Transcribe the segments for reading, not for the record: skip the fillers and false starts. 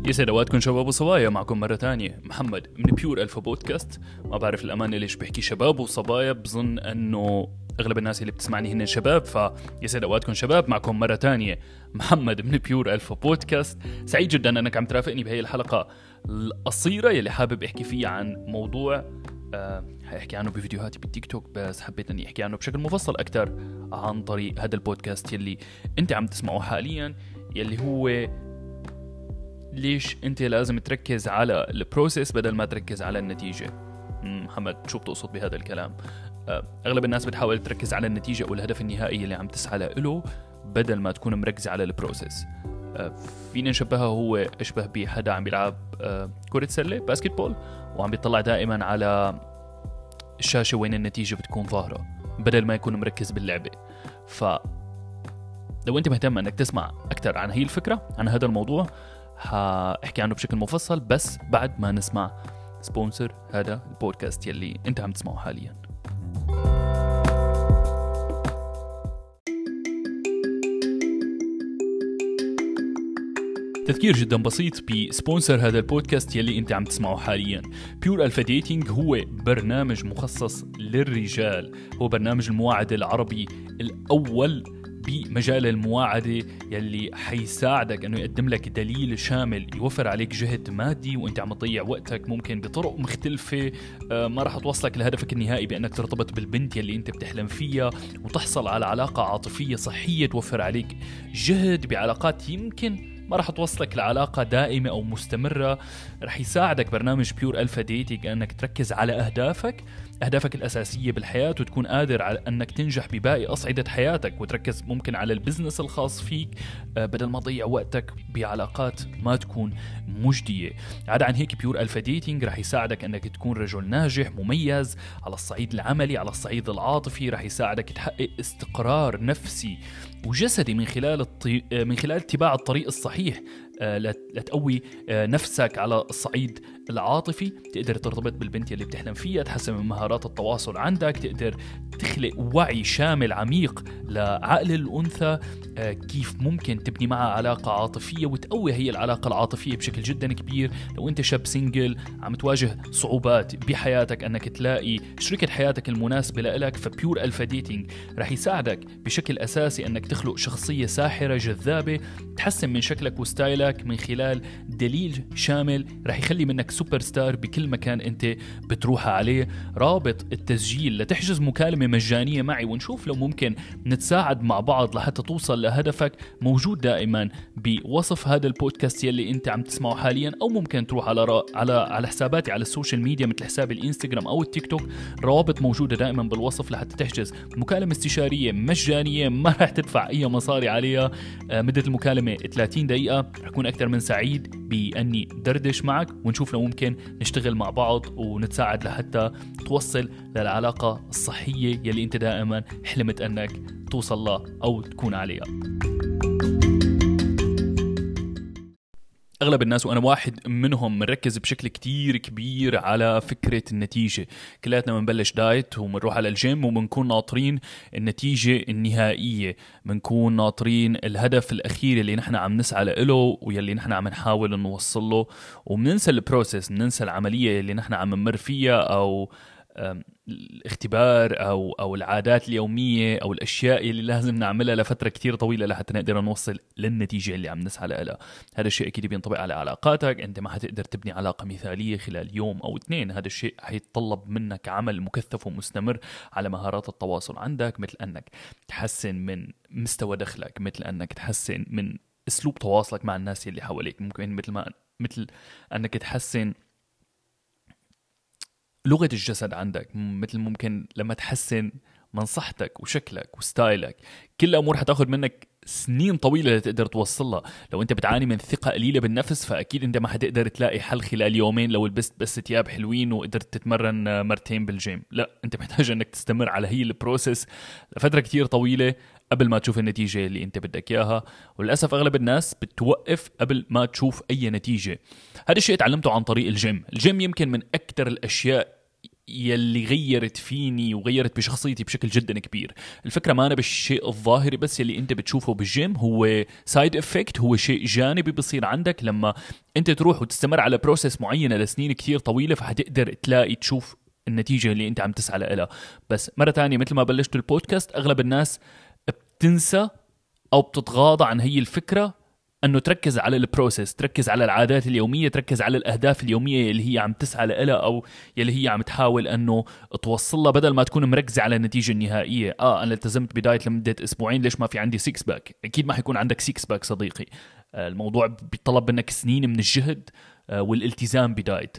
يسعد اوقاتكم شباب وصبايا. معكم مرة تانية محمد من بيور ألفا بودكاست. ما بعرف الأمانة ليش بحكي شباب وصبايا، بظن أنه أغلب الناس اللي بتسمعني هن شباب، فيسعد اوقاتكم شباب. معكم مرة تانية محمد من بيور ألفا بودكاست. سعيد جدا أنك عم ترافقني بهي الحلقة القصيرة يلي حابب احكي فيها عن موضوع حاحكي عنه بفيديوهاتي بالتيك توك، بس حبيت اني احكي عنه بشكل مفصل اكتر عن طريق هذا البودكاست يلي انت عم تسمعه حاليا، يلي هو ليش انت لازم تركز على البروسيس بدل ما تركز على النتيجة. محمد، شو بتقصد بهذا الكلام؟ اغلب الناس بتحاول تركز على النتيجة والهدف النهائي اللي عم تسعى له بدل ما تكون مركز على البروسيس. فينا نشبهها، هو اشبه بحدا عم بيلعب كرة سلة باسكتبول وعم بيطلع دائما على الشاشة وين النتيجة بتكون ظاهرة بدل ما يكون مركز باللعبة. لو انت مهتم انك تسمع اكتر عن هي الفكرة، عن هذا الموضوع، هاحكي عنه بشكل مفصل بس بعد ما نسمع سبونسر هذا البودكاست يلي انت عم تسمعه حاليا. تذكير جدا بسيط بسبونسر هذا البودكاست يلي انت عم تسمعه حاليا. بيور ألفا ديتينج هو برنامج مخصص للرجال، هو برنامج المواعدة العربي الأول بمجال المواعدة يلي حيساعدك انه يقدم لك دليل شامل يوفر عليك جهد مادي وانت عم تضيع وقتك ممكن بطرق مختلفة ما راح توصلك لهدفك النهائي بانك ترتبط بالبنت يلي انت بتحلم فيها وتحصل على علاقة عاطفية صحية توفر عليك جهد بعلاقات يمكن ما راح توصلك لعلاقة دائمة أو مستمرة. رح يساعدك برنامج بيور ألفا ديتينج أنك تركز على أهدافك الأساسية بالحياة وتكون قادر على أنك تنجح بباقي أصعدة حياتك وتركز ممكن على البزنس الخاص فيك بدل ما تضيع وقتك بعلاقات ما تكون مجدية. عدا عن هيك بيور ألفا ديتينج رح يساعدك أنك تكون رجل ناجح مميز على الصعيد العملي، على الصعيد العاطفي. رح يساعدك تحقق استقرار نفسي وجسدي من خلال اتباع الطريق الصحيح لتقوي نفسك على الصعيد العاطفي. تقدر ترتبط بالبنت اللي بتحلم فيها، تحسن من مهارات التواصل عندك، تقدر تخلق وعي شامل عميق لعقل الأنثى، كيف ممكن تبني معها علاقة عاطفية وتقوي هي العلاقة العاطفية بشكل جدا كبير. لو انت شاب سنجل عم تواجه صعوبات بحياتك انك تلاقي شريكة حياتك المناسبة لك، فبيور ألفا ديتينج رح يساعدك بشكل أساسي انك تخلق شخصية ساحرة جذابة، تحسن من شكلك وستايلك من خلال دليل شامل رح يخلي منك سوبر ستار بكل مكان انت بتروح عليه. رابط التسجيل لتحجز مكالمة مجانية معي ونشوف لو ممكن نتساعد مع بعض لحتى توصل لهدفك موجود دائما بوصف هذا البودكاست يلي انت عم تسمعه حاليا، او ممكن تروح على حساباتي على السوشيال ميديا مثل حساب الانستغرام او التيك توك. روابط موجودة دائما بالوصف لحتى تحجز مكالمة استشارية مجانية ما رح تدفع اي مصاري عليها. مدة المكالمة 30 دقيقة. رح أكون أكثر من سعيد بأني دردش معك ونشوف لو ممكن نشتغل مع بعض ونتساعد لحتى توصل للعلاقة الصحية يلي أنت دائما حلمت أنك توصل لها أو تكون عليها. أغلب الناس وأنا واحد منهم منركز بشكل كتير كبير على فكرة النتيجة. كلاتنا منبلش دايت ومنروح على الجيم ومنكون ناطرين النتيجة النهائية، منكون ناطرين الهدف الأخير اللي نحن عم نسعى له ويلي نحن عم نحاول نوصل له، ومننسى البروسيس، مننسى العملية اللي نحن عم نمر فيها أو الاختبار أو العادات اليومية أو الأشياء اللي لازم نعملها لفترة كتير طويلة لحتى نقدر نوصل للنتيجة اللي عم نسعى لها. هذا الشيء أكيد بينطبق على علاقاتك. أنت ما حتقدر تبني علاقة مثالية خلال يوم أو 2. هذا الشيء حيتطلب منك عمل مكثف ومستمر على مهارات التواصل عندك، مثل أنك تحسن من مستوى دخلك، مثل أنك تحسن من أسلوب تواصلك مع الناس اللي حواليك، ممكن مثل أنك تحسن لغة الجسد عندك، مثل ممكن لما تحسن من صحتك وشكلك وستايلك. كل أمور حتاخد منك سنين طويلة لتقدر توصلها. لو أنت بتعاني من ثقة قليلة بالنفس فأكيد أنت ما حتقدر تلاقي حل خلال يومين لو لبست بس ثياب حلوين وقدرت تتمرن مرتين بالجيم. لا، أنت محتاج أنك تستمر على هي البروسيس لفترة كتير طويلة قبل ما تشوف النتيجة اللي أنت بدك إياها. وللأسف أغلب الناس بتوقف قبل ما تشوف أي نتيجة. هذا الشيء تعلمته عن طريق الجيم. الجيم يمكن من أكتر الأشياء يلي غيرت فيني وغيرت بشخصيتي بشكل جدا كبير. الفكرة ما أنا بالشيء الظاهري بس يلي أنت بتشوفه بالجيم، هو سايد افكت، هو شيء جانبي بيصير عندك لما أنت تروح وتستمر على بروسيس معينة لسنين كتير طويلة، فحتقدر تشوف النتيجة اللي أنت عم تسعى لها. بس مرة تانية مثل ما بلشت البودكاست، أغلب الناس بتنسى أو بتتغاضى عن هي الفكرة، أنه تركز على البروسيس، تركز على العادات اليومية، تركز على الأهداف اليومية اللي هي عم تسعى لها أو يلي هي عم تحاول أنه توصلها، بدل ما تكون مركزة على النتيجة النهائية. أنا التزمت بدايت لمدة أسبوعين، ليش ما في عندي 6 باك؟ أكيد ما حيكون عندك 6 باك صديقي. الموضوع بيطلب منك سنين من الجهد والالتزام بدايت.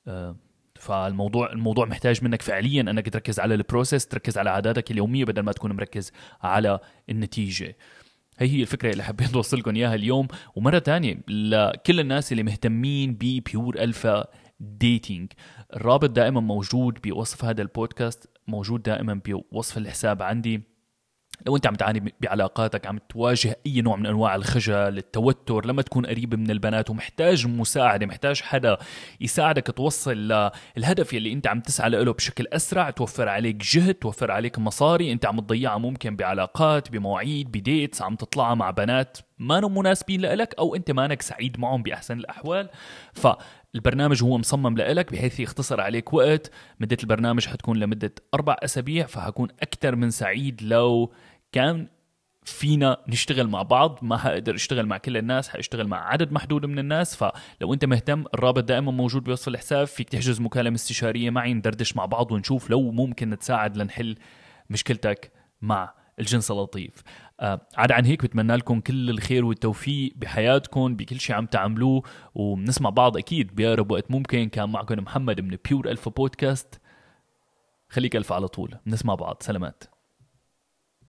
فالموضوع محتاج منك فعليا أنك تركز على البروسيس، تركز على عاداتك اليومية بدل ما تكون مركز على النتيجة. هي الفكرة اللي حبيت أوصلكم إياها اليوم. ومرة تانية لكل الناس اللي مهتمين ببيور ألفا ديتينج، الرابط دائما موجود بوصف هذا البودكاست، موجود دائما بوصف الحساب عندي. لو أنت عم تعاني بعلاقاتك، عم تواجه أي نوع من أنواع الخجل، التوتر، لما تكون قريب من البنات ومحتاج مساعدة، محتاج حدا يساعدك توصل للهدف اللي أنت عم تسعى له بشكل أسرع، توفر عليك جهد، توفر عليك مصاري أنت عم تضيعها ممكن بعلاقات، بمواعيد، بديتس عم تطلعها مع بنات ما مناسبين لك أو أنت مانك سعيد معهم بأحسن الأحوال. فالبرنامج هو مصمم لك بحيث يختصر عليك وقت. مدة البرنامج حتكون لمدة 4 أسابيع، فهكون أكثر من سعيد لو كان فينا نشتغل مع بعض. ما هقدر اشتغل مع كل الناس، هاشتغل مع عدد محدود من الناس. فلو انت مهتم، الرابط دائما موجود بوصف الحساب، فيك تحجز مكالمة استشارية معي، ندردش مع بعض ونشوف لو ممكن نتساعد لنحل مشكلتك مع الجنس اللطيف. عاد عن هيك بتمنى لكم كل الخير والتوفيق بحياتكم، بكل شيء عم تعملوه، وبنسمع بعض أكيد بأقرب وقت ممكن. كان معكم محمد من بيور ألفا بودكاست. خليك ألف على طول، بنسمع بعض. سلامات.